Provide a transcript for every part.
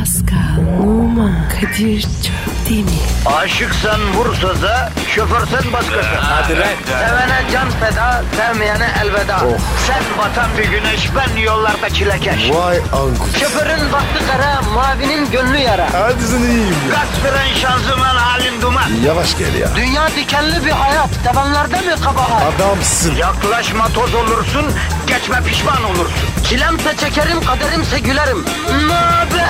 Pascal, Oman, Kadir çok değil mi? Aşıksan vursa da, şoförsen başkasın. Hadi lan. Sevene can feda, sevmeyene elveda. Sen batan bir güneş, ben yollarda çilekeş. Vay anku. Şoförün baktı kara, mavinin gönlü yara. Hadi sen iyiyim ya. Kasperen şanzıman halin duman. Yavaş gel ya. Dünya dikenli bir hayat, sevenlerde mi kabahar? Adamsın. Yaklaşma toz olursun, geçme pişman olursun. Çilemse çekerim, kaderimse gülerim. Möber!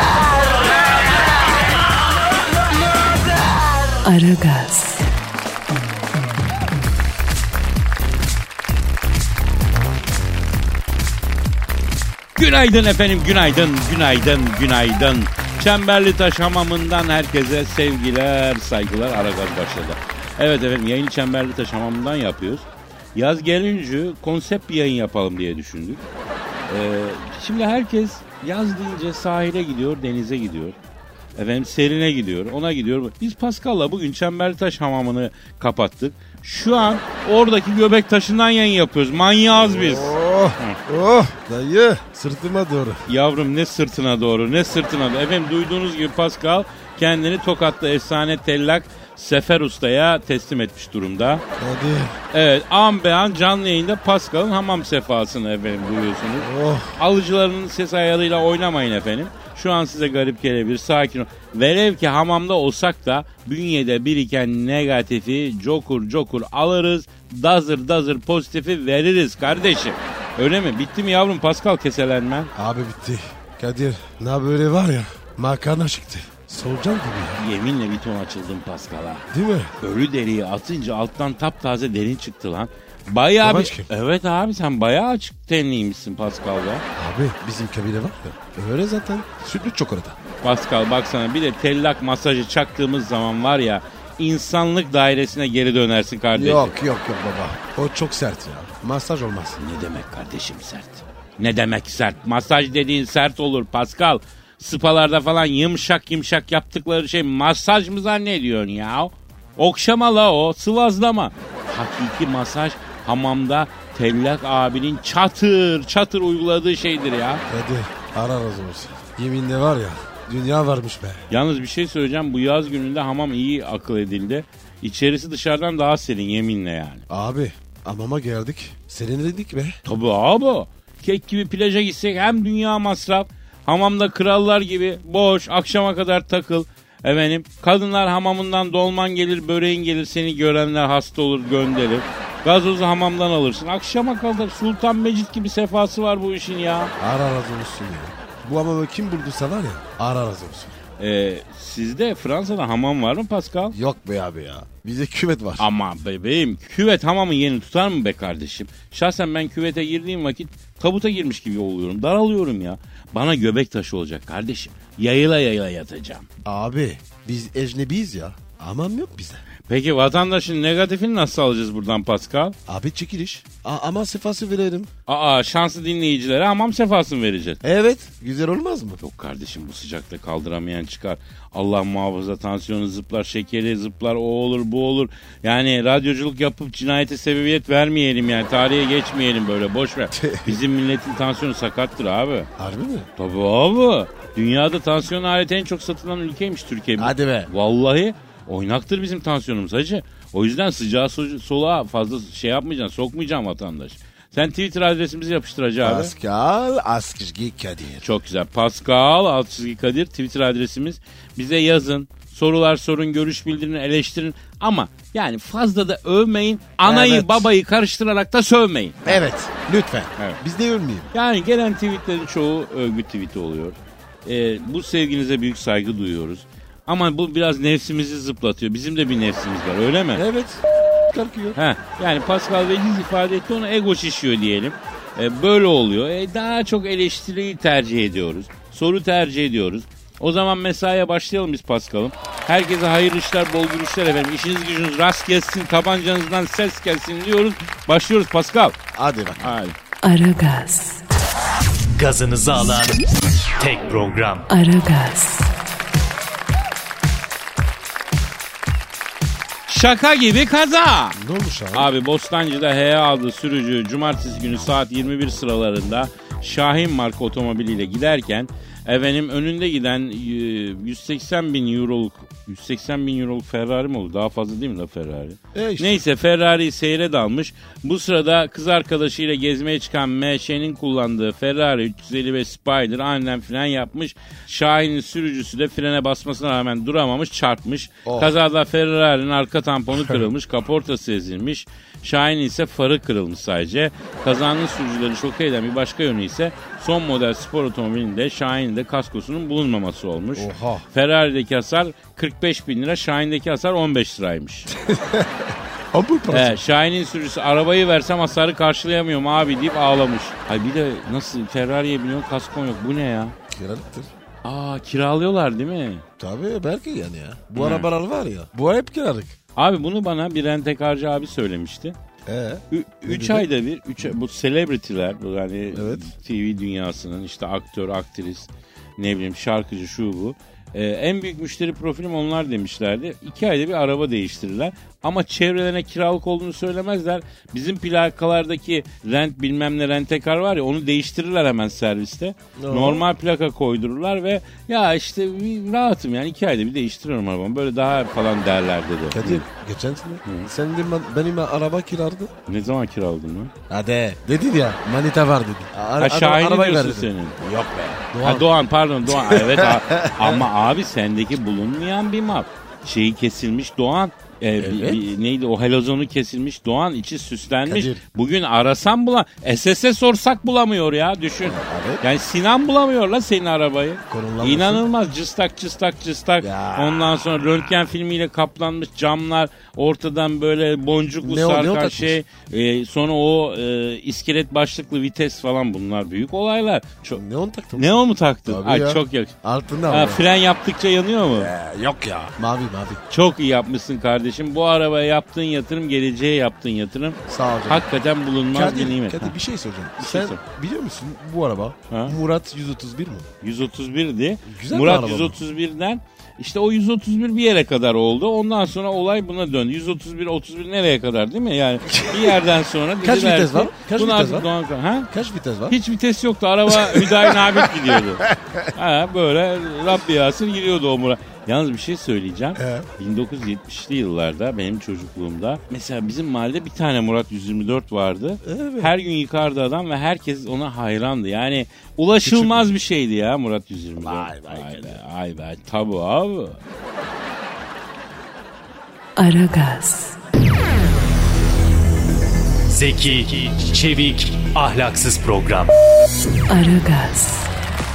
Aragaz. Günaydın efendim, günaydın. Çemberlitaş Hamamı'ndan herkese sevgiler, saygılar. Aragaz başladı. Evet efendim, yayını Çemberlitaş Hamamı'ndan yapıyoruz. Yaz gelince konsept bir yayın yapalım diye düşündük. Şimdi herkes yaz deyince sahile gidiyor, denize gidiyor. Efendim serine gidiyor, ona gidiyor. Biz Pascal'la bugün Çemberlitaş Hamamı'nı kapattık. Şu an oradaki göbek taşından yayın yapıyoruz. Manyağız biz. Dayı sırtıma doğru. Yavrum ne sırtına doğru. Efendim duyduğunuz gibi Pascal kendini Tokat'ta efsane tellak Sefer Usta'ya teslim etmiş durumda. Hadi. Evet, an be an canlı yayında Pascal'ın hamam sefasını efendim duyuyorsunuz. Alıcılarının ses ayarıyla oynamayın efendim. Şu an size garip gelebilir, sakin ol. Velev ki hamamda olsak da bünyede biriken negatifi cokur alırız. Dazır pozitifi veririz kardeşim. Öyle mi? Bitti mi yavrum Pascal keselenmen? Abi bitti. Kadir ne böyle var ya, makarna çıktı. Solucan gibi ya. Yeminle bir ton açıldım Pascal'a. Değil mi? Ölü deriyi atınca alttan taptaze derin çıktı lan. Bayağı bir... Kim? Evet abi sen bayağı açık tenliymişsin Pascal be. Abi bizim kabile var ya. Öyle zaten. Sütlü çikolata. Pascal baksana bir de tellak masajı çaktığımız zaman var ya insanlık dairesine geri dönersin kardeşim. Yok baba. O çok sert ya. Masaj olmaz. Ne demek kardeşim sert? Ne demek sert? Masaj dediğin sert olur Pascal. Spalarda falan yumuşak yaptıkları şey masaj mı zannediyorsun ya? Okşama la o, sıvazlama. Hakiki masaj hamamda tellak abinin çatır uyguladığı şeydir ya. Hadi ara razı olsun. Yeminle var ya, dünya varmış be. Yalnız bir şey söyleyeceğim, bu yaz gününde hamam iyi akıl edildi. İçerisi dışarıdan daha serin yeminle yani. Abi hamama geldik, serinledik be. Tabii abi. Kek gibi plaja gitsek hem dünya masraf. Hamamda krallar gibi boş, akşama kadar takıl. Efendim, kadınlar hamamından dolman gelir, böreğin gelir, seni görenler hasta olur, gönderir. Gazozu hamamdan alırsın. Akşama kadar Sultan Mecid gibi sefası var bu işin ya. Ara razı olsun ya. Bu hamamı kim bulduysa var ya, ara razı olsun. Sizde Fransa'da hamam var mı Pascal? Yok be abi ya. Bizde küvet var. Ama bebeğim, küvet hamamın yerini tutar mı be kardeşim? Şahsen ben küvete girdiğim vakit tabuta girmiş gibi oluyorum. Daralıyorum ya. Bana göbek taşı olacak kardeşim. Yayıla yatacağım. Abi biz ecnebiyiz ya. Hamam yok bize. Peki vatandaşın negatifini nasıl alacağız buradan Pascal? Abi çekiliş. Ama sefası verelim. Şanslı dinleyicilere hamam sefasını vereceğiz. Evet, güzel olmaz mı? Yok kardeşim, bu sıcakta kaldıramayan çıkar. Allah muhafaza, tansiyonu zıplar, şekeri zıplar, o olur bu olur. Yani radyoculuk yapıp cinayete sebebiyet vermeyelim yani. Tarihe geçmeyelim böyle, boş ver. Bizim milletin tansiyonu sakattır abi. Harbi mi? Tabii abi. Dünyada tansiyon aleti en çok satılan ülkeymiş Türkiye. Hadi be. Vallahi oynaktır bizim tansiyonumuz hacı. O yüzden sıcağı soluğa fazla şey yapmayacaksın, sokmayacaksın vatandaş. Sen Twitter adresimizi yapıştır hacı abi. Pascal Askizgi Kadir. Çok güzel. Pascal Askizgi Kadir Twitter adresimiz. Bize yazın. Sorular sorun, görüş bildirin, eleştirin. Ama yani fazla da övmeyin. Anayı babayı karıştırarak da sövmeyin. Evet. Lütfen. Evet. Biz de ölmeyelim. Yani gelen tweetlerin çoğu övgü tweeti oluyor. Bu sevginize büyük saygı duyuyoruz. Ama bu biraz nefsimizi zıplatıyor. Bizim de bir nefsimiz var, öyle mi? Evet. Kalkıyor. Yani Pascal veciz ifade etti, ona ego şişiyor diyelim. Böyle oluyor. Daha çok eleştiriyi tercih ediyoruz. Soru tercih ediyoruz. O zaman mesaiye başlayalım biz Pascal'ım. Herkese hayırlı işler, bol gülüşler efendim. İşiniz gücünüz rast gelsin, tabancanızdan ses gelsin diyoruz. Başlıyoruz Pascal. Hadi bak. Hadi. Aragaz. Gazınızı alan tek program. Aragaz. Şaka gibi kaza. Ne olmuş abi? Abi Bostancı'da HA adlı sürücü cumartesi günü saat 21 sıralarında Şahin marka otomobiliyle giderken Efendim önünde giden 180 bin euroluk Ferrari mi oldu? Daha fazla değil mi la Ferrari? İşte. Neyse Ferrari'yi seyre dalmış. Bu sırada kız arkadaşıyla gezmeye çıkan MŞ'nin kullandığı Ferrari 355 Spider aniden fren yapmış. Şahin'in sürücüsü de frene basmasına rağmen duramamış, çarpmış. Kazada Ferrari'nin arka tamponu kırılmış, kaportası ezilmiş. Şahin'in ise farı kırılmış sadece. Kazanın sürücüleri şok eden bir başka yönü ise son model spor otomobilinde Şahin'in de kaskosunun bulunmaması olmuş. Oha. Ferrari'deki hasar 45 bin lira, Şahin'deki hasar 15 liraymış. Ampul parası. Şahin'in sürücüsü arabayı versem hasarı karşılayamıyorum abi deyip ağlamış. Ay bir de nasıl Ferrari'ye biniyorsun kaskon yok, bu ne ya? Kiralıktır. Kiralıyorlar değil mi? Tabii belki yani ya. Bu arabalar var ya. Bu hep kiralık. Abi bunu bana bir rentekarcı abi söylemişti. 3 ayda bir bu celebrity'ler bu yani Evet. TV dünyasının işte aktör, aktris, ne bileyim şarkıcı şu bu. En büyük müşteri profilim onlar demişlerdi. 2 ayda bir araba değiştirirler. Ama çevrelerine kiralık olduğunu söylemezler. Bizim plakalardaki rent bilmem ne rentekar var ya onu değiştirirler hemen serviste. Normal plaka koydururlar ve ya işte rahatım yani 2 ayda bir değiştiriyorum arabamı. Böyle daha falan derler dedi. Kadir geçen sene sen de benim araba kiraladın. Ne zaman kiraladın lan? Hadi. Dedin ya manita var dedi. Şahin'i diyorsun senin. Yok be. Doğan. Doğan pardon Doğan. Evet ama abi sendeki bulunmayan bir mal. Şeyi kesilmiş Doğan. Evet. Neydi o helozonu kesilmiş Doğan içi süslenmiş. Kadir. Bugün arasam SS'e sorsak bulamıyor ya düşün. Evet. Yani Sinan bulamıyor la senin arabayı. Konumlanması. İnanılmaz cıstak. Ya. Ondan sonra röntgen filmiyle kaplanmış camlar ortadan böyle boncuklu Neon sarkan takmış. şey. Sonra o iskelet başlıklı vites falan bunlar büyük olaylar. Neon taktım. Neon mu taktın? Tabii Ay ya. çok yakın. Altında Ha, ama. fren yaptıkça yanıyor mu? Yok ya. Mavi. Çok iyi yapmışsın kardeşim. Bu arabaya yaptığın yatırım, geleceğe yaptığın yatırım Sağ ol canım. hakikaten bulunmaz bir nimet. Kadir bir şey soracağım. şey Sen sor. biliyor musun bu araba Ha? Murat 131 mi? 131'di. Güzel Murat bir araba 131'den işte o 131 bir yere kadar oldu. Ondan sonra olay buna döndü. 31 nereye kadar değil mi? Yani bir yerden sonra Kaç dediler vites ki, var? Kaç bunu vites artık var? Ha? Kaç vites var? Hiç vites yoktu. Araba Hüdayi Nabit gidiyordu. Böyle Rabbi Yasir giriyordu o Murat. Yalnız bir şey söyleyeceğim. 1970'li yıllarda benim çocukluğumda mesela bizim mahallede bir tane Murat 124 vardı. Evet. Her gün yıkardı adam ve herkes ona hayrandı. Yani ulaşılmaz bir şeydi ya Murat 124. Vay be. Tabii abi. Aragaz, Zeki, çevik, ahlaksız program. Aragaz,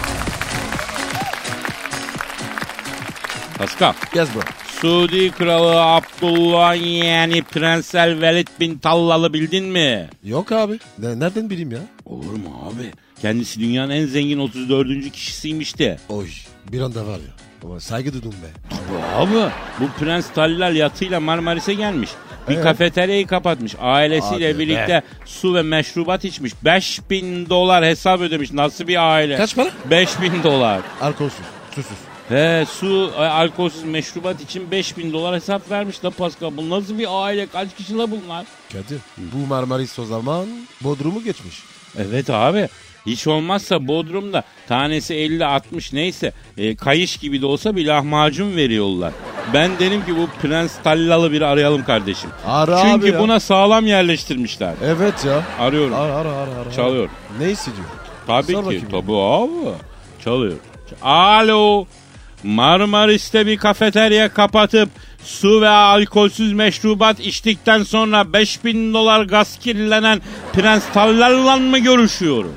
Pascal. Yaz bro. Suudi Kralı Abdullah yeğeni Prens Velid bin Tallal'ı bildin mi? Yok abi. Nereden bileyim ya? Olur mu abi? Kendisi dünyanın en zengin 34. kişisiymiş de. Oy. Bir anda var ya. Ama saygı duydum be. Abi bu Prens Tallal yatıyla Marmaris'e gelmiş. Bir kafeteryayı kapatmış. Ailesiyle Hadi birlikte su ve meşrubat içmiş. $5.000 hesap ödemiş. Nasıl bir aile? Kaç para? $5.000. Alkolsüz. Susuz. Su, alkolsüz meşrubat için $5.000 hesap vermiş da Pascal. Bu nasıl bir aile? Kaç kişi la bunlar? Kadir. Bu Marmaris o zaman Bodrum'u geçmiş. Evet abi. Hiç olmazsa Bodrum'da tanesi 50-60 neyse kayış gibi de olsa bir lahmacun veriyorlar. Ben dedim ki bu Prens Tallal'ı bir arayalım kardeşim. Ara Çünkü abi ya. buna sağlam yerleştirmişler. Evet ya. Arıyorum. Ara. Çalıyor. Ne hissediyor? Tabii Sor ki. bakayım. Tabii abi. Çalıyor. Alo. Marmaris'te bir kafeterya kapatıp su ve alkolsüz meşrubat içtikten sonra $5.000 gaz kirlenen Prens Tallal'la mı görüşüyorum?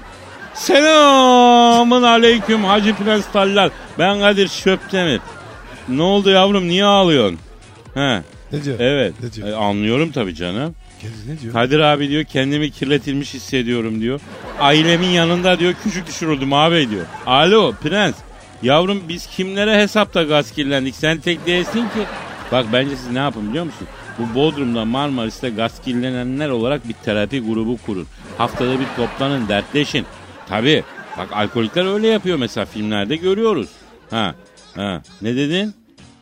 Selamın aleyküm Hacı Prens Tallal. Ben Kadir Şöptemir. Ne oldu yavrum, niye ağlıyorsun? He. Ne diyor? Evet. Ne diyor? Anlıyorum tabii canım. Ne diyor? Kadir abi diyor kendimi kirletilmiş hissediyorum diyor. Ailemin yanında diyor küçük düşürüldüm abi diyor. Alo Prens. Yavrum biz kimlere hesapta gaz kirlendik? Sen tek değilsin ki. Bak bence siz ne yapın biliyor musun? Bu Bodrum'da Marmaris'te gaz kirlenenler olarak bir terapi grubu kurun. Haftada bir toplanın, dertleşin. Tabii. Bak alkolikler öyle yapıyor mesela, filmlerde görüyoruz. Ha. Ne dedin?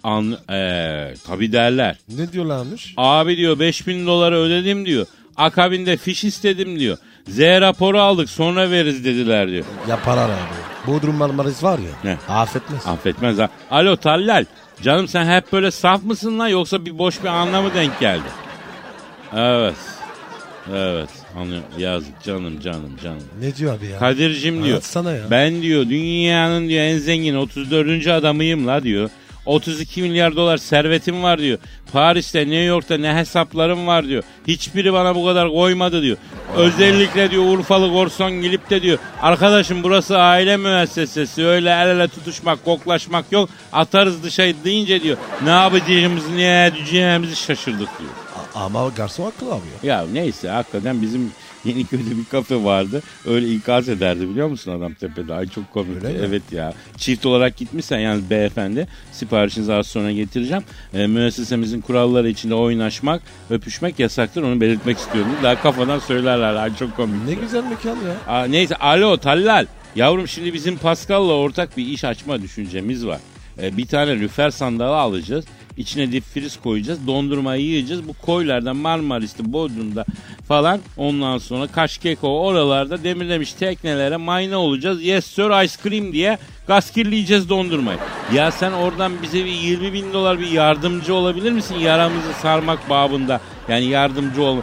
Tabii derler. Ne diyorlarmış? Abi diyor $5.000 ödedim diyor. Akabinde fiş istedim diyor. Z raporu aldık sonra veririz dediler diyor. Yaparlar abi. Bodrum Marmaris var ya. Ne? Affetmez. Affetmez ha. Alo Tallal. Canım sen hep böyle saf mısın lan yoksa bir boş bir anlamı denk geldi? Evet. Evet anlıyorum. Yazık canım. Ne diyor abi ya? Kadir'cim diyor. Anlatsana ya. Ben diyor dünyanın diyor en zengin 34. adamıyım la diyor. 32 milyar dolar servetim var diyor. Paris'te, New York'ta ne hesaplarım var diyor. Hiçbiri bana bu kadar koymadı diyor. Özellikle diyor Urfalı Gorson gelip de diyor. Arkadaşım burası aile müessesesi. Öyle el ele tutuşmak, koklaşmak yok. Atarız dışarı deyince diyor. Ne yapacağımızı, ne edeceğimizi şaşırdık diyor. Ama garson haklı abi ya. Ya neyse hakikaten bizim Yeniköy'de bir kafe vardı. Öyle ikaz ederdi biliyor musun adam tepede. Ay çok komik. Evet ya. Çift olarak gitmişsen yani beyefendi siparişinizi az sonra getireceğim. Müessesemizin kuralları içinde oynaşmak, öpüşmek yasaktır. Onu belirtmek istiyorum. Daha kafadan söylerler. Ay çok komik. Ne güzel mekan ya. Neyse alo Tallal. Yavrum şimdi bizim Pascal'la ortak bir iş açma düşüncemiz var. Bir tane lüfer sandalı alacağız. İçine dip friz koyacağız. Dondurmayı yiyeceğiz. Bu koylardan Marmaris'te, Bodrum'da falan ondan sonra Kaşkeko oralarda demirlemiş teknelere mayna olacağız. Yes sir ice cream diye gaskirleyeceğiz dondurmayı. Ya sen oradan bize bir 20 bin dolar bir yardımcı olabilir misin? Yaramızı sarmak babında. Yani yardımcı ol.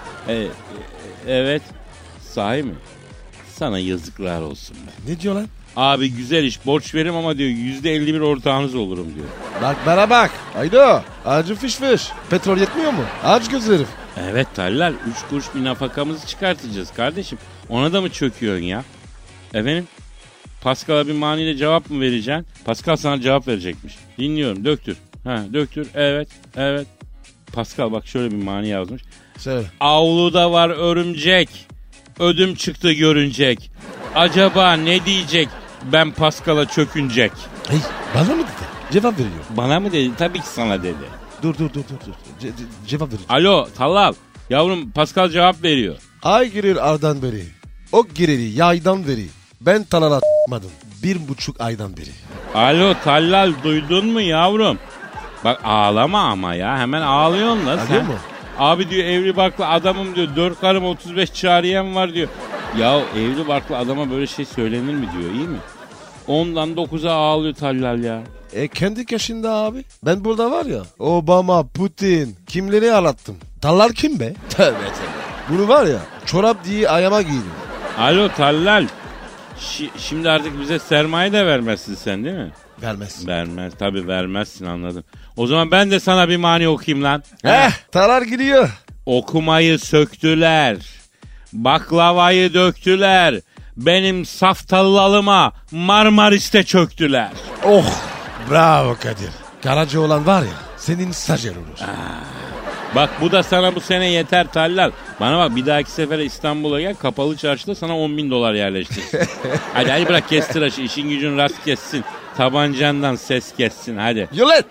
Evet. Sahi mi? Sana yazıklar olsun be. Ne diyor lan? Abi güzel iş borç veririm ama diyor %51 ortağınız olurum diyor. Bak bana bak. Haydi. Acı fiş. Petrol yetmiyor mu? Aç göz herif. Evet Tallal 3 kuruş bir nafakamızı çıkartacağız kardeşim. Ona da mı çöküyorsun ya? Efendim? Pascal'a bir maniyle cevap mı vereceksin? Pascal sana cevap verecekmiş. Dinliyorum döktür. Döktür evet. Pascal bak şöyle bir mani yazmış. Söyle. Avluda var örümcek. Ödüm çıktı görünecek. Acaba ne diyecek ben Pascal'a çökünecek? Hey bana mı dedi? Cevap veriyor. Bana mı dedi? Tabii ki sana dedi. Dur. Cevap veriyor. Alo Tallal. Yavrum Pascal cevap veriyor. Ay girir ardan beri. O gireri yaydan beri. Ben talala a**madım. 1,5 aydan beri. Alo Tallal duydun mu yavrum? Bak ağlama ama ya hemen ağlıyorsun da sen. Ağlıyor mu? Abi diyor evli barklı adamım diyor 4 karım 35 cariyem var diyor. Ya evli barklı adama böyle şey söylenir mi diyor iyi mi? 10'dan 9'a ağlıyor Tallal ya. Kendi yaşında abi. Ben burada var ya Obama, Putin kimleri ağlattım. Tallar kim be? Tövbe. Bunu var ya çorap diye ayağıma giydim. Alo Tallal. Şimdi artık bize sermaye de vermezsin sen değil mi? Vermez. Vermez tabii vermezsin anladım. O zaman ben de sana bir mani okuyayım lan. Tallar gidiyor. Okumayı söktüler. Baklavayı döktüler. Benim saf tallalıma Marmaris'te çöktüler. Oh bravo Kadir. Karaca olan var ya senin stajyer olur. Bak bu da sana bu sene yeter Tallal. Bana bak bir dahaki sefere İstanbul'a gel kapalı çarşıda sana 10 bin dolar yerleştirsin. hadi bırak kes tıraşı işin gücün rast kessin. Tabancandan ses kessin hadi. Yolet.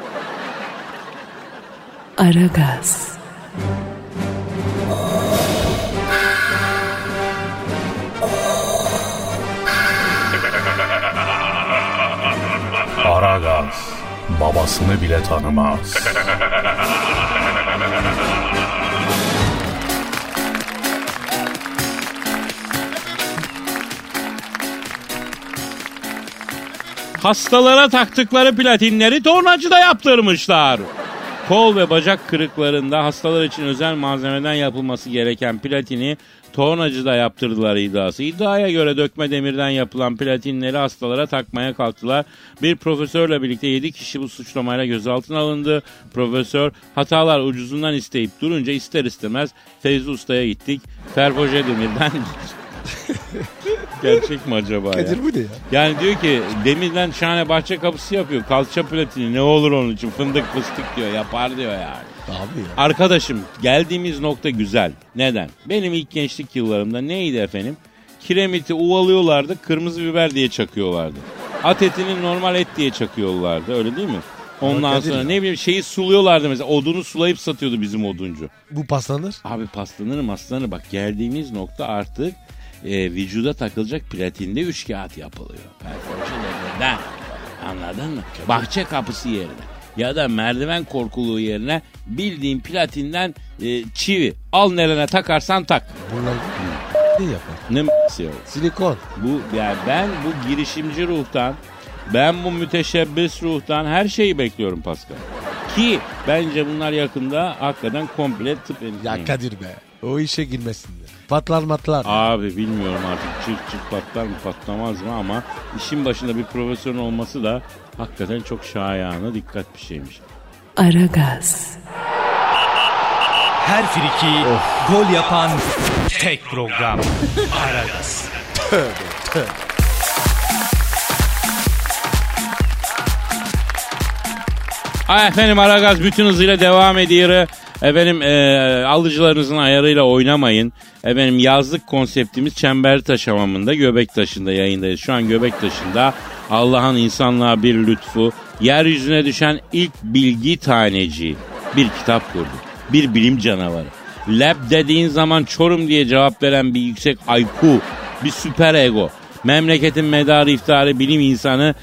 Aragaz. Aragaz babasını bile tanımaz. Hastalara taktıkları platinleri tornacıda yaptırmışlar. Kol ve bacak kırıklarında hastalar için özel malzemeden yapılması gereken platini tornacıda yaptırdılar iddiası. İddiaya göre dökme demirden yapılan platinleri hastalara takmaya kalktılar. Bir profesörle birlikte 7 kişi bu suçlamayla gözaltına alındı. Profesör hatalar ucuzundan isteyip durunca ister istemez Feyzi Usta'ya gittik. Ferfoje demirden... Gerçek mi acaba ya? Kadir bu ne ya? Yani diyor ki demirden şahane bahçe kapısı yapıyor. Kalça platini ne olur onun için fındık fıstık diyor yapar diyor yani. Abi ya. Arkadaşım geldiğimiz nokta güzel. Neden? Benim ilk gençlik yıllarımda neydi efendim? Kiremiti uvalıyorlardı kırmızı biber diye çakıyorlardı. At etini normal et diye çakıyorlardı öyle değil mi? Ondan sonra ya. Ne bileyim şeyi suluyorlardı mesela odunu sulayıp satıyordu bizim oduncu. Bu paslanır? Abi paslanır bak geldiğimiz nokta artık vücuda takılacak platinde 3 kağıt yapılıyor. Perforje demirden. Anladın mı? Bahçe kapısı yerine ya da merdiven korkuluğu yerine bildiğin platinden çivi. Al nerene takarsan tak. Bunlar ne yapar? Ne m***si o? Silikon. Bu yani ben bu girişimci ruhtan, ben bu müteşebbis ruhtan her şeyi bekliyorum Pascal. Ki bence bunlar yakında hakikaten komple tıp Ya Kadir be. O işe girmesinler. Patlar matlar. Abi bilmiyorum artık çırt patlar mı patlamaz mı ama işin başında bir profesörün olması da hakikaten çok şayanı dikkat bir şeymiş. Aragaz. Her friki gol yapan tek program. Aragaz. Efendim Aragaz bütün hızıyla devam ediyor. Efendim alıcılarınızın ayarıyla oynamayın. Efendim yazlık konseptimiz Çemberlitaş Hamamı'nda Göbektaşı'nda yayındayız. Şu an Göbektaşı'nda Allah'ın insanlığa bir lütfu, yeryüzüne düşen ilk bilgi taneci bir kitap kurdu. Bir bilim canavarı. Lab dediğin zaman Çorum diye cevap veren bir yüksek IQ, bir süper ego. Memleketin medarı iftiharı bilim insanı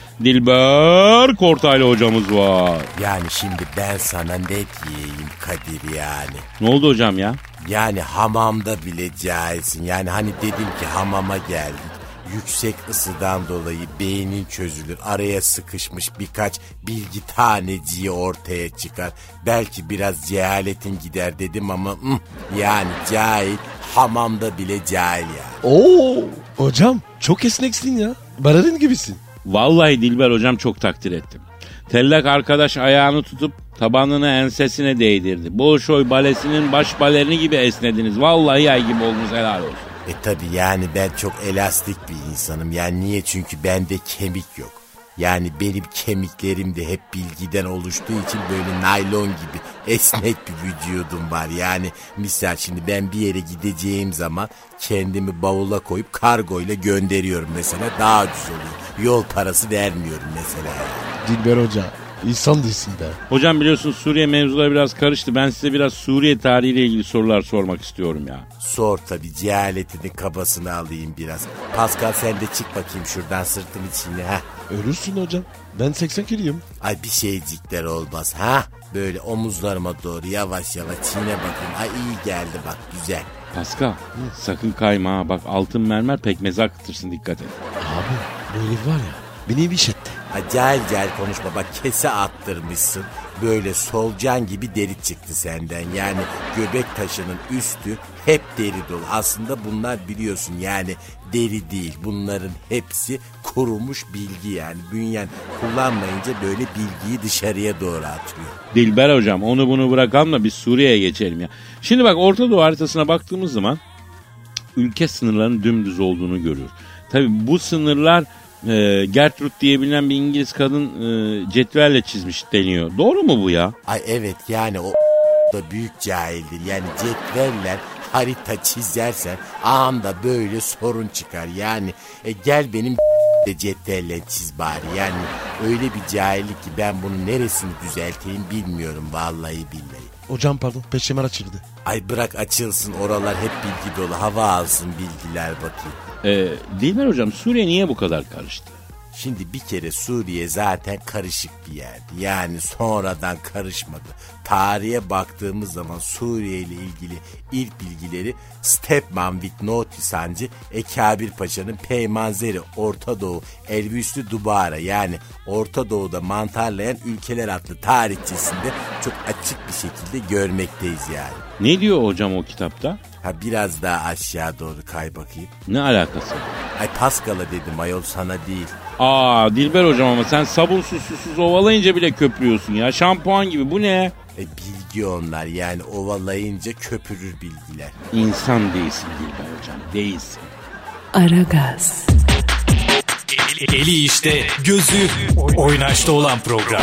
Dilber Kortaylı hocamız var. Yani şimdi ben sana ne diyeyim Kadir yani. Ne oldu hocam ya? Yani hamamda bile cahilsin. Yani hani dedim ki hamama geldik. Yüksek ısıdan dolayı beynin çözülür. Araya sıkışmış birkaç bilgi taneciği ortaya çıkar. Belki biraz cehaletin gider dedim ama yani cahil hamamda bile cahil yani. Oo, hocam çok esneksin ya. Balerin gibisin. Vallahi Dilber hocam çok takdir ettim. Tellak arkadaş ayağını tutup tabanını ensesine değdirdi. Bolşoy balesinin baş balerini gibi esnediniz. Vallahi yay gibi oldunuz, helal olsun. Tabi yani ben çok elastik bir insanım. Yani niye? Çünkü bende kemik yok. Yani benim kemiklerim de hep bilgiden oluştuğu için böyle naylon gibi esnek bir vücudum var. Yani misal şimdi ben bir yere gideceğim zaman kendimi bavula koyup kargoyla gönderiyorum mesela, daha ucuz oluyor. Yol parası vermiyorum mesela. Dilber Hoca insan değilsin be. Hocam biliyorsunuz Suriye mevzuları biraz karıştı. Ben size biraz Suriye tarihiyle ilgili sorular sormak istiyorum ya. Sor tabii, cehaletinin kabasını alayım biraz. Pascal sen de çık bakayım şuradan sırtın içine. Ölürsün hocam. Ben 80 kiloyum. Ay bir şeycikler olmaz ha. Böyle omuzlarıma doğru yavaş yavaş çiğne bakayım. Ay iyi geldi bak, güzel. Pascal sakın kayma ha. Bak altın mermer pekmezi akıtırsın, dikkat et. Abi böyle var ya beni bir şetti. Acayip konuşma bak, kese attırmışsın. Böyle solucan gibi deri çıktı senden. Yani göbek taşının üstü hep deri dolu. Aslında bunlar biliyorsun yani deri değil. Bunların hepsi kurumuş bilgi yani. Bünyen kullanmayınca böyle bilgiyi dışarıya doğru atıyor. Dilber hocam onu bunu bırakalım da biz Suriye'ye geçelim ya. Şimdi bak Orta Doğu haritasına baktığımız zaman ülke sınırlarının dümdüz olduğunu görüyoruz. Tabii bu sınırlar Gertrude diye bilinen bir İngiliz kadın cetvelle çizmiş deniyor. Doğru mu bu ya? Ay evet yani o da büyük cahildir. Yani cetveller harita çizersen anda böyle sorun çıkar. Yani gel benim de cetvelle çiz bari. Yani öyle bir cahillik ki ben bunun neresini düzelteyim bilmiyorum vallahi billahi. Hocam pardon, peşemer açıldı. Ay bırak açılsın, oralar hep bilgi dolu, hava alsın bilgiler bakayım. Dilber hocam Suriye niye bu kadar karıştı? Şimdi bir kere Suriye zaten karışık bir yerdi. Yani sonradan karışmadı. Tarihe baktığımız zaman Suriye ile ilgili ilk bilgileri Stepman with Notisancı Ekabir Paşa'nın Peymanzeri Orta Doğu Elbüslü Dubara, yani Orta Doğu'da mantarlayan ülkeler adlı tarihçesinde çok açık bir şekilde görmekteyiz yani. Ne diyor hocam o kitapta? Biraz daha aşağı doğru kay bakayım. Ne alakası? Ay Pascal'a dedim ayol, sana değil. Dilber hocam ama sen sabunsuz susuz ovalayınca bile köpürüyorsun ya. Şampuan gibi, bu ne? Bilgi onlar yani, ovalayınca köpürür bilgiler. İnsan değilsin Dilber hocam, değilsin. Aragaz. Eli işte, gözü oynaşta olan program.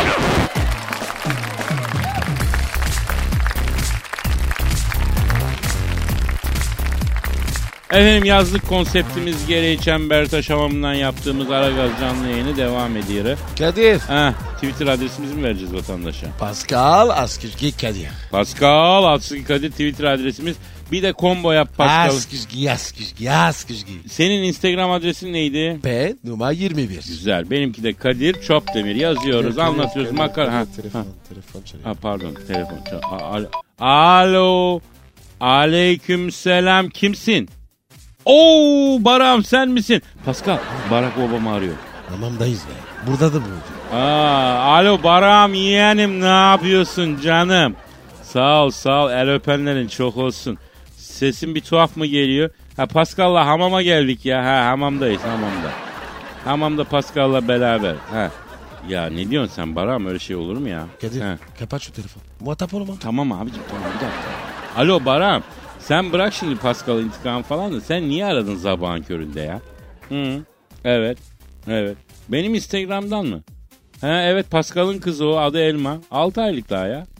Efendim yazlık konseptimiz gereği Çemberlitaş Hamamı'ndan yaptığımız Aragaz canlı yayını devam ediyor. Kadir. Twitter adresimizi mi vereceğiz vatandaşa? Pascal Askizgi Kadir. Pascal Askizgi Kadir Twitter adresimiz. Bir de combo yap Pascal. Askizgi. Senin Instagram adresin neydi? P numara 21. Güzel. Benimki de Kadir Çopdemir. Yazıyoruz, anlatıyoruz. Makara. Telefon çalıyor. Pardon, telefon çalıyor. Alo. Aleykümselam, kimsin? Oo Barak'ım sen misin? Pascal, Barack Obama arıyor. Hamamdayız be. Burada da buldu. Alo Barak'ım yeğenim, ne yapıyorsun canım? Sağ ol el öpenlerin çok olsun. Sesin bir tuhaf mı geliyor? Ha Pascal'la hamama geldik ya. Ha hamamdayız. Hamamda Pascal'la beraber. Ha. Ya ne diyorsun sen Barak'ım, öyle şey olur mu ya? Kadir kapat şu telefonu. Muhatap olma. Tamam abicim tamam, bir dakika. Alo Barak'ım, sen bırak şimdi Pascal'ın intikam falan da sen niye aradın sabahın köründe ya? Evet. Benim Instagram'dan mı? Evet Pascal'ın kızı o, adı Elma. 6 aylık daha ya.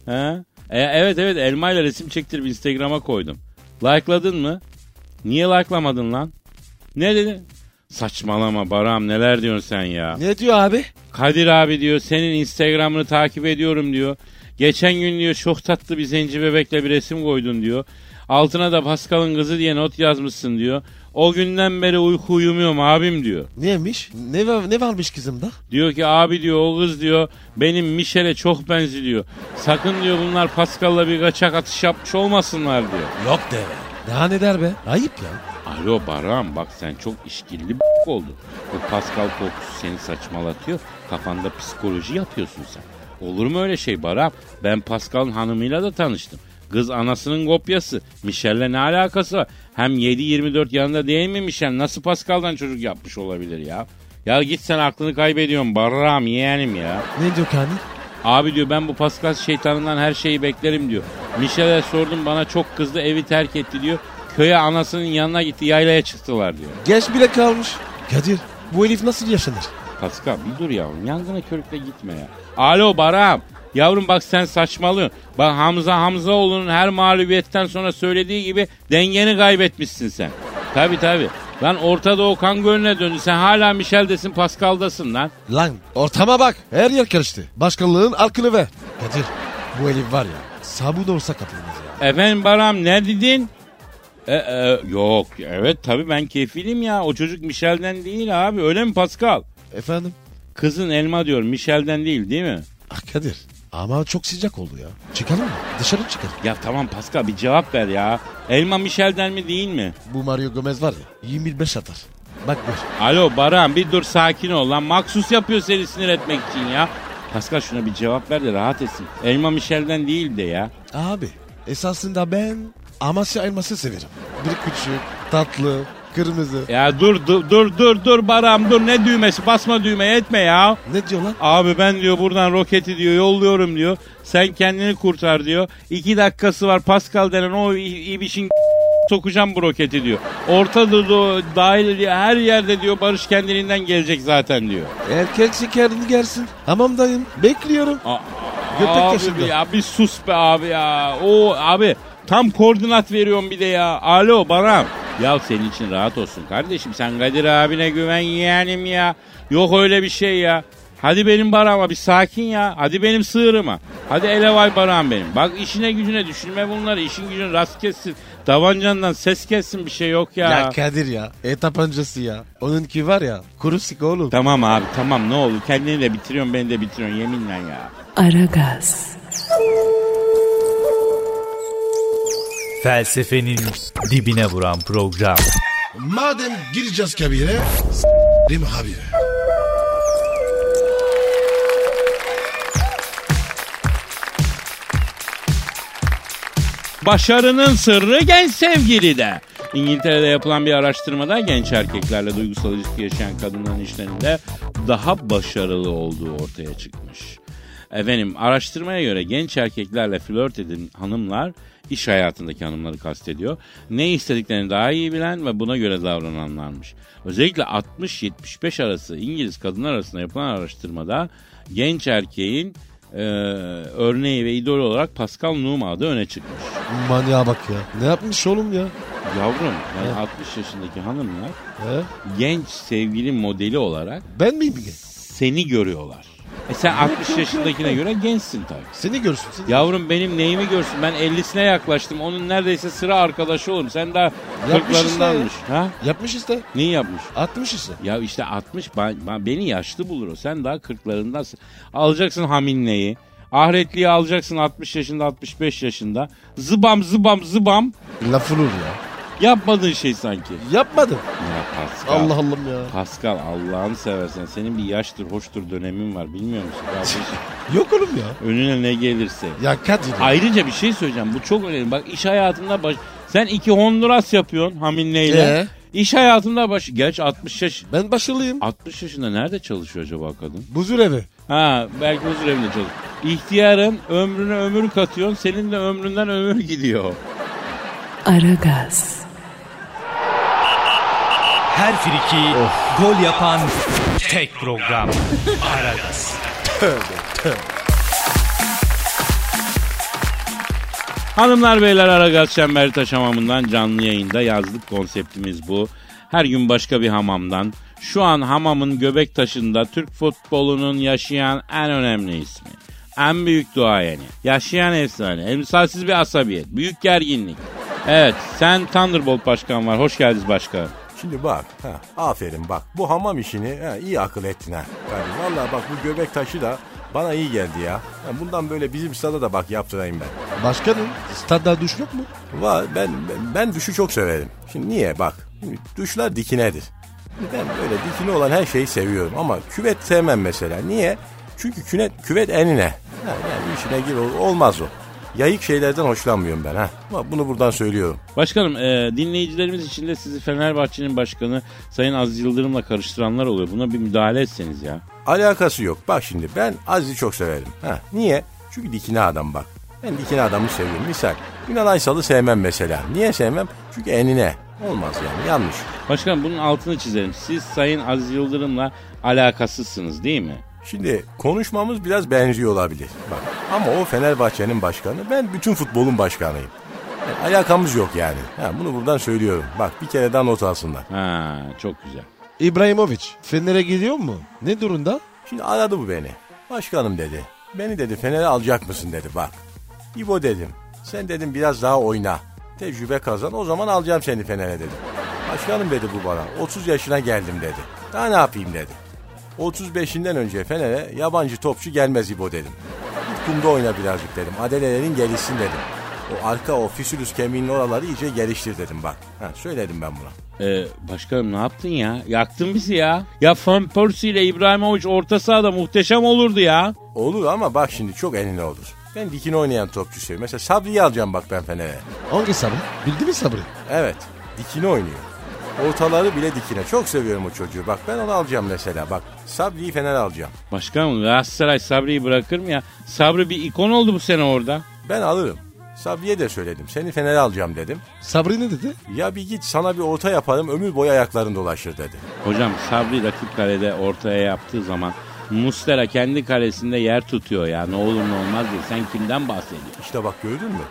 Evet Elma ile resim çektirip Instagram'a koydum. Like'ladın mı? Niye like'lamadın lan? Ne dedin? Saçmalama Barak'ım, neler diyorsun sen ya? Ne diyor abi? Kadir abi diyor senin Instagram'ını takip ediyorum diyor. Geçen gün diyor çok tatlı bir zenci bebekle bir resim koydun diyor. Altına da Pascal'ın kızı diye not yazmışsın diyor. O günden beri uyku uyumuyorum abim diyor. Neymiş? Ne varmış kızımda? Diyor ki abi diyor o kız diyor benim Michel'e çok benziyor. Sakın diyor bunlar Pascal'la bir kaçak atış yapmış olmasınlar diyor. Yok de. Daha ne der be? Ayıp ya. Alo Barak'ım bak sen çok işkilli bir oldun. Bu Pascal korkusu seni saçmalatıyor. Kafanda psikoloji yapıyorsun sen. Olur mu öyle şey Barak'ım? Ben Pascal'ın hanımıyla da tanıştım. Kız anasının kopyası. Michel'le ne alakası var? Hem 7-24 yanında değil mi Michel? Nasıl Pascal'dan çocuk yapmış olabilir ya? Ya git sen aklını kaybediyorsun Barak'ım yeğenim ya. Ne diyor Kadir? Abi diyor ben bu Pascal şeytanından her şeyi beklerim diyor. Michel'e sordum bana çok kızdı evi terk etti diyor. Köye anasının yanına gitti yaylaya çıktılar diyor. Geç bile kalmış. Kadir bu herif nasıl yaşanır? Pascal bir dur yavrum yangına körükle gitme ya. Alo Barak'ım. Yavrum bak sen saçmalıyorsun. Bak Hamzaoğlu'nun her mağlubiyetten sonra söylediği gibi dengeni kaybetmişsin sen. Tabii. Lan Orta Doğu kan gölüne döndü. Sen hala Michel'desin Pascal'dasın lan. Lan ortama bak. Her yer karıştı. Başkanlığın aklını ver. Kadir bu herif var ya sabun olsa kapılmaz ya. Efendim Barak'ım ne dedin? Yok evet tabii ben kefilim ya. O çocuk Michel'den değil abi, öyle mi Pascal? Efendim? Kızın Elma diyor Michel'den değil mi? Kadir ama çok sıcak oldu ya. Çıkalım mı? Dışarı çıkalım. Ya tamam Pascal bir cevap ver ya. Elma Michel'den mi değil mi? Bu Mario Gomez var ya 25 atar. Bak gör. Alo Barak'ım bir dur sakin ol lan. Maksus yapıyor seni sinir etmek için ya. Pascal şuna bir cevap ver de rahat etsin. Elma Michel'den değil de ya. Abi esasında ben Amasya elması severim. Bir küçük, tatlı, kırmızı. Ya dur Barak'ım dur, ne düğmesi, basma düğmeye etme ya. Ne diyor lan? Abi ben diyor buradan roketi diyor yolluyorum diyor. Sen kendini kurtar diyor. 2 dakikası var Pascal denen o ibişin sokacağım bu roketi diyor. Orta Doğu dahil diyor, her yerde diyor barış kendiliğinden gelecek zaten diyor. Erkek şekerini gelsin. Hamamdayım. Bekliyorum. Göbek Abi yaşında. ya bir sus be abi ya. O abi tam koordinat veriyorum bir de ya. Alo Barak'ım. Ya senin için rahat olsun kardeşim. Sen Kadir abine güven yeğenim ya. Yok öyle bir şey ya. Hadi benim Barak'ıma bir sakin ya. Hadi benim sığırıma. Hadi elevay Barak'ım benim. Bak işine gücüne düşünme bunları. İşin gücün rast kessin. Tabancandan ses kessin, bir şey yok ya. Ya Kadir ya. Tabancası ya. Onunki var ya. Kuru sika oğlum. Tamam abi tamam ne olur. Kendini de bitiriyorsun beni de bitiriyorsun yeminle ya. Aragaz. Felsefenin dibine vuran program. Madem gireceğiz kabire. S***rim abi. Başarının sırrı genç sevgilide. İngiltere'de yapılan bir araştırmada genç erkeklerle duygusal ilişki yaşayan kadınların işlerinde daha başarılı olduğu ortaya çıkmış. Efendim araştırmaya göre genç erkeklerle flört eden hanımlar, iş hayatındaki hanımları kastediyor, ne istediklerini daha iyi bilen ve buna göre davrananlarmış. Özellikle 60-75 arası İngiliz kadınlar arasında yapılan araştırmada genç erkeğin örneği ve idol olarak Pascal Nouma adı öne çıkmış. Manyağa bak ya. Ne yapmış oğlum ya? Yavrum yani 60 yaşındaki hanımlar He? genç sevgili modeli olarak Ben miyim? seni görüyorlar. Sen 60 yaşındakine göre gençsin tabii. Seni görsün. Seni. Yavrum benim neyimi görsün, ben 50'sine yaklaştım, onun neredeyse sıra arkadaşı olurum. Sen daha Yapmış 40'larındanmış. Ha? Yapmış işte. Neyi yapmış? 60 işte. Ya işte 60 beni yaşlı bulur o. Sen daha 40'larındasın. Alacaksın haminleyi. Ahretliği alacaksın 60 yaşında 65 yaşında. Zıbam. Laf olur ya. Yapmadığın şey sanki. Yapmadım. Ya Pascal. Allah Allah'ım ya. Pascal Allah'ını seversen senin bir yaştır hoştur dönemin var bilmiyor musun kardeşim? Yok oğlum ya. Önüne ne gelirse. Ya Kadir. Ayrıca bir şey söyleyeceğim bu çok önemli. Bak iş hayatında sen 2 Honduras yapıyorsun Hamine'yle. İş hayatında gerçi 60 yaş. Ben başarılıyım. 60 yaşında nerede çalışıyor acaba kadın? Huzur evi. Ha belki huzur evinde çalışıyor. İhtiyarın ömrüne ömür katıyorsun senin de ömründen ömür gidiyor. Aragaz. Her friki gol yapan tek program. Aragaz. Hanımlar beyler Aragaz Çemberi Taşamamı'ndan canlı yayında yazdık konseptimiz bu. Her gün başka bir hamamdan. Şu an hamamın göbek taşında Türk futbolunun yaşayan en önemli ismi. En büyük duayeni. Yaşayan efsane. Emsalsiz bir asabiyet. Büyük gerginlik. Evet sen Thunderbolt Başkan var. Hoş geldiniz başkan. Şimdi bak, aferin bak. Bu hamam işini iyi akıl ettin ha. Yani vallahi bak bu göbek taşı da bana iyi geldi ya. Bundan böyle bizim stada da bak yaptırayım ben. Başkanım stadda duş yok mu? Var ben duşu çok severim. Şimdi niye bak. Şimdi duşlar dikinedir. Ben böyle dikine olan her şeyi seviyorum ama küvet sevmem mesela. Niye? Çünkü küvet enine. Yani işine gir olmaz o. Yayık şeylerden hoşlanmıyorum ben ha. Bunu buradan söylüyorum. Başkanım dinleyicilerimiz için de sizi Fenerbahçe'nin başkanı Sayın Aziz Yıldırım'la karıştıranlar oluyor. Buna bir müdahale etseniz ya. Alakası yok. Bak şimdi ben Aziz'i çok severim. Niye? Çünkü dikine adam bak. Ben dikine adamı seviyorum. Misal Ünal Aysal'ı sevmem mesela. Niye sevmem? Çünkü enine. Olmaz yani yanlış. Başkanım bunun altını çizelim. Siz Sayın Aziz Yıldırım'la alakasızsınız değil mi? Şimdi konuşmamız biraz benziyor olabilir. Bak ama o Fenerbahçe'nin başkanı, ben bütün futbolun başkanıyım. Yani alakamız yok yani. Bunu buradan söylüyorum. Bak bir kere daha not alsınlar. Ha çok güzel. İbrahimovic Fener'e gidiyor mu? Ne durumda? Şimdi aradı bu beni. Başkanım dedi. Beni dedi Fener'e alacak mısın dedi bak. İbo dedim. Sen dedim biraz daha oyna. Tecrübe kazan o zaman alacağım seni Fener'e dedim. Başkanım dedi bu bana. 30 yaşına geldim dedi. Daha ne yapayım dedi. 35'inden önce Fener'e yabancı topçu gelmez İbo dedim. Git kumda oyna birazcık dedim. Adelelerin gelişsin dedim. O arka o fisilüs kemiğinin oraları iyice geliştir dedim bak. Söyledim ben buna. Başkanım ne yaptın ya? Yaktın bizi ya. Ya Van Persie ile İbrahimovic orta sahada muhteşem olurdu ya. Olur ama bak şimdi çok enine olur. Ben dikine oynayan topçu seviyorum. Mesela Sabri'yi alacağım bak ben Fener'e. Hangi Sabri? Bildi mi Sabri? Evet dikine oynuyor. Ortaları bile dikine. Çok seviyorum o çocuğu. Bak ben onu alacağım mesela. Bak Sabri'yi Fener'e alacağım. Başkanım Galatasaray Sabri'yi bırakır mı ya? Sabri bir ikon oldu bu sene orada. Ben alırım. Sabri'ye de söyledim. Seni Fener'e alacağım dedim. Sabri ne dedi? Ya bir git sana bir orta yaparım ömür boyu ayakların dolaşır dedi. Hocam Sabri rakip kalede ortaya yaptığı zaman Muslera kendi kalesinde yer tutuyor ya. Ne olur ne olmaz diye. Sen kimden bahsediyorsun? İşte bak gördün mü?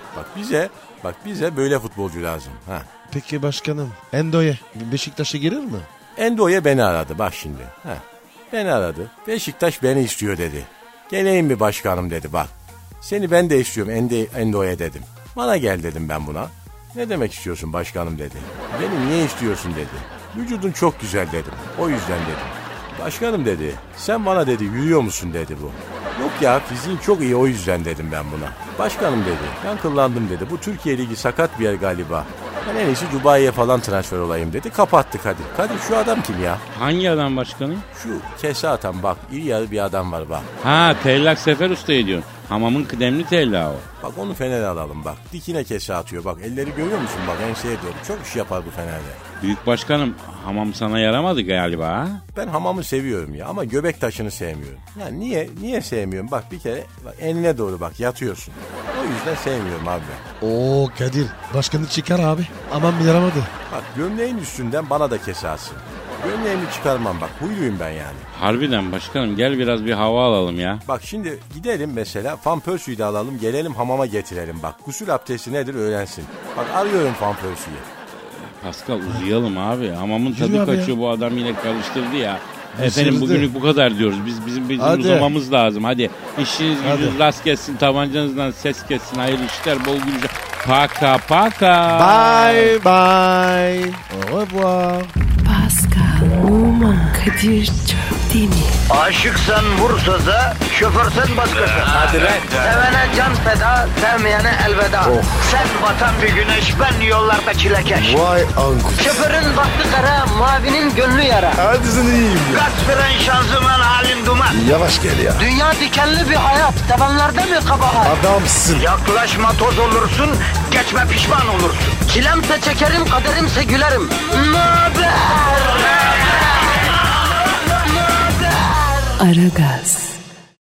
Bak bize böyle futbolcu lazım. Peki başkanım Endo'ya Beşiktaş'a girer mi? Endo'ya beni aradı bak şimdi. Beni aradı. Beşiktaş beni istiyor dedi. Geleyim mi başkanım dedi bak. Seni ben de istiyorum Endo'ya dedim. Bana gel dedim ben buna. Ne demek istiyorsun başkanım dedi. Beni niye istiyorsun dedi. Vücudun çok güzel dedim. O yüzden dedim. Başkanım dedi. Sen bana dedi yürüyor musun dedi bu. Yok ya fiziğin çok iyi o yüzden dedim ben buna. Başkanım dedi. Ben kıllandım dedi. Bu Türkiye Ligi sakat bir yer galiba. Ben en iyisi Dubai'ye falan transfer olayım dedi. Kapattı Kadir. Kadir şu adam kim ya? Hangi adam başkanım? Şu kese atan bak. İri yarı bir adam var bak. Ha Tellak Sefer Usta'yı diyorsun. Hamamın kıdemli tellağı o. Bak onu Fener'e alalım bak. Dikine kese atıyor bak. Elleri görüyor musun bak enseye doğru. Çok iş yapar bu Fener'de. Büyük başkanım hamam sana yaramadı galiba ha? Ben hamamı seviyorum ya ama göbek taşını sevmiyorum. Yani niye sevmiyorum? Bak bir kere bak, enine doğru bak yatıyorsun. O yüzden sevmiyorum abi ben. Oo Kadir başkanı çıkar abi. Aman yaramadı. Bak gömleğin üstünden bana da kese atsın. Gömleğimi çıkarmam bak huyluyum ben yani. Harbiden başkanım gel biraz bir hava alalım ya. Bak şimdi gidelim mesela Van Persie'yi de alalım gelelim hamama getirelim bak. Gusül abdesti nedir öğrensin. Bak arıyorum Van Persie'yi. Pascal uzayalım abi. Hamamın tadı abi kaçıyor ya. bu adam yine karıştırdı ya. Biz Efendim şimdi- bugünlük bu kadar diyoruz. Bizim Hadi. uzamamız lazım. Hadi işiniz Hadi. gücünüz rast gelsin. Tabancanızdan ses gelsin. Hayırlı işler bol gülüşler. Paka paka. Bye bye. Au revoir. Pascal, Oman, Kadir çok mi? Aşıksan vursa da, şoförsen başkasın. Hadi lan. Sevene can feda, sevmeyene elveda. Sen batan bir güneş, ben yollarda çilekeş. Vay anku. Şoförün baktı kara, mavinin gönlü yara. Hadi sen iyiyim ya. Kasperen şanzıman halin duman. Yavaş gel ya. Dünya dikenli bir hayat, sevenlerde mi kabahar? Adamsın. Yaklaşma toz olursun, geçme pişman olursun. Çilemse çekerim, kaderimse gülerim. Möber! Aragaz.